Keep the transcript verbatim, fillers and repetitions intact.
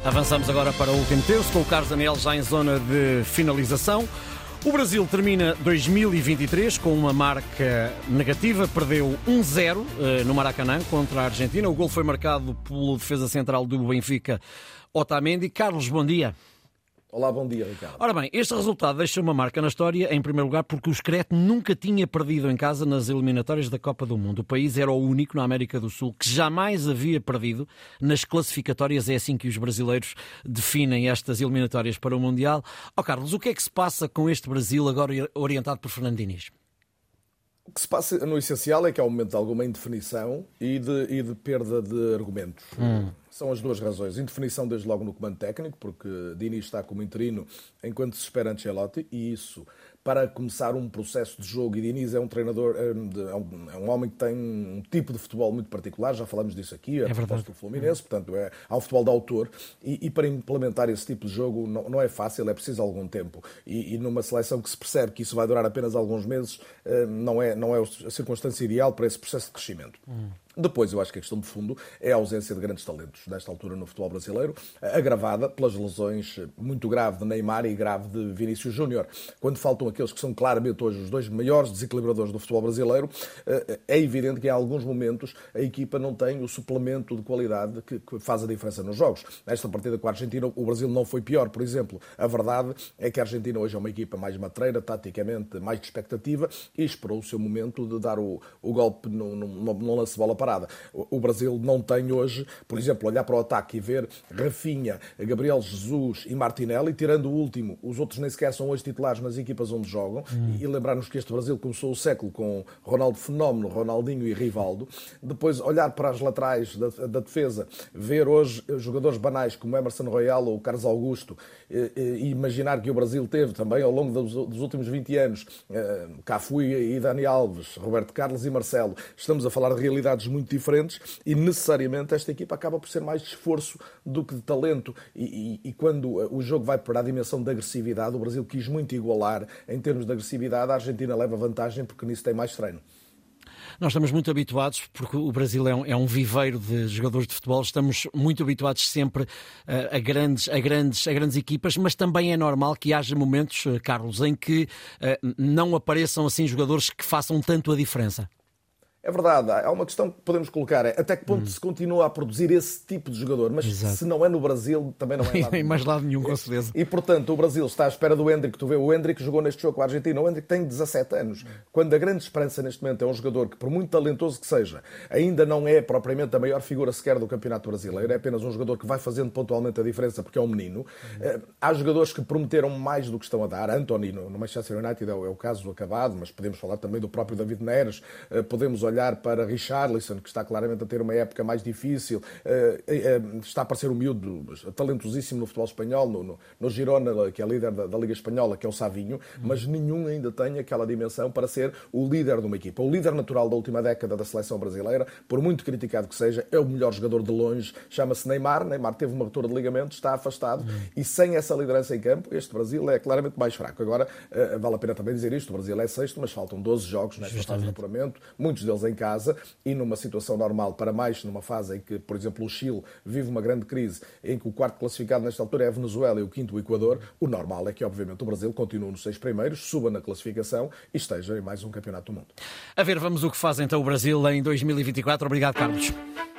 Avançamos agora para o último terço, com o Carlos Daniel já em zona de finalização. O Brasil termina dois mil e vinte e três com uma marca negativa, perdeu um zero no Maracanã contra a Argentina. O gol foi marcado pelo defesa central do Benfica, Otamendi. Carlos, bom dia. Olá, bom dia, Ricardo. Ora bem, este resultado deixa uma marca na história, em primeiro lugar, porque o Screte nunca tinha perdido em casa nas eliminatórias da Copa do Mundo. O país era o único na América do Sul que jamais havia perdido nas classificatórias. É assim que os brasileiros definem estas eliminatórias para o Mundial. Ó Carlos, o que é que se passa com este Brasil agora orientado por Fernando Diniz? O que se passa no essencial é que há um momento de alguma indefinição e de, e de perda de argumentos. Hum. São as duas razões. Indefinição desde logo no comando técnico, porque Diniz está como interino enquanto se espera Ancelotti, e isso para começar um processo de jogo. E Diniz é um treinador, é um, é um homem que tem um tipo de futebol muito particular, já falamos disso aqui, a proposta do Fluminense, portanto é, há um futebol de autor, e, e para implementar esse tipo de jogo não, não é fácil, é preciso algum tempo. E, e numa seleção que se percebe que isso vai durar apenas alguns meses, não é, não é a circunstância ideal para esse processo de crescimento. Hum. Depois, eu acho que a questão de fundo é a ausência de grandes talentos nesta altura no futebol brasileiro, agravada pelas lesões muito grave de Neymar e grave de Vinícius Júnior. Quando faltam aqueles que são claramente hoje os dois maiores desequilibradores do futebol brasileiro, é evidente que em alguns momentos a equipa não tem o suplemento de qualidade que faz a diferença nos jogos. Nesta partida com a Argentina, o Brasil não foi pior, por exemplo. A verdade é que a Argentina hoje é uma equipa mais matreira, taticamente mais de expectativa, e esperou o seu momento de dar o, o golpe no, no, no lance de bola para parada. O Brasil não tem hoje, por exemplo, olhar para o ataque e ver Rafinha, Gabriel Jesus e Martinelli, tirando o último, os outros nem sequer são hoje titulares nas equipas onde jogam, hum. e lembrar-nos que este Brasil começou o século com Ronaldo Fenómeno, Ronaldinho e Rivaldo. Depois olhar para as laterais da, da defesa, ver hoje jogadores banais como Emerson Royal ou Carlos Augusto, e, e imaginar que o Brasil teve também ao longo dos, dos últimos vinte anos Cafu e Dani Alves, Roberto Carlos e Marcelo. Estamos a falar de realidades muito diferentes e necessariamente esta equipa acaba por ser mais de esforço do que de talento, e, e, e quando o jogo vai para a dimensão da agressividade, o Brasil quis muito igualar em termos de agressividade, a Argentina leva vantagem porque nisso tem mais treino. Nós estamos muito habituados, porque o Brasil é um, é um viveiro de jogadores de futebol, estamos muito habituados sempre uh, a, grandes, a, grandes, a grandes equipas, mas também é normal que haja momentos, uh, Carlos, em que uh, não apareçam assim jogadores que façam tanto a diferença. É verdade, há uma questão que podemos colocar, é até que ponto hum. se continua a produzir esse tipo de jogador, mas Exato. se não é no Brasil, também não é em lado nenhum. mais lado nenhum, com certeza. E, portanto, o Brasil está à espera do Endrick. Tu vê, o Endrick jogou neste jogo com a Argentina, o Endrick tem dezassete anos, quando a grande esperança neste momento é um jogador que, por muito talentoso que seja, ainda não é propriamente a maior figura sequer do Campeonato Brasileiro, é apenas um jogador que vai fazendo pontualmente a diferença porque é um menino. Hum. Há jogadores que prometeram mais do que estão a dar. Anthony, no Manchester United, é o caso acabado, mas podemos falar também do próprio David Neres, podemos olhar para Richard Richarlison, que está claramente a ter uma época mais difícil, está a aparecer um miúdo talentosíssimo no futebol espanhol, no, no, no Girona, que é líder da, da Liga Espanhola, que é o Savinho, mas nenhum ainda tem aquela dimensão para ser o líder de uma equipa. O líder natural da última década da seleção brasileira, por muito criticado que seja, é o melhor jogador de longe, chama-se Neymar. Neymar teve uma ruptura de ligamento, está afastado, uhum. e sem essa liderança em campo, este Brasil é claramente mais fraco. Agora, vale a pena também dizer isto, o Brasil é sexto, mas faltam doze jogos nesta fase de apuramento, muitos deles em casa, e numa situação normal, para mais numa fase em que, por exemplo, o Chile vive uma grande crise, em que o quarto classificado nesta altura é a Venezuela e o quinto o Equador, o normal é que, obviamente, o Brasil continue nos seis primeiros, suba na classificação e esteja em mais um campeonato do mundo. A ver, vamos o que faz então o Brasil em dois mil e vinte e quatro. Obrigado, Carlos.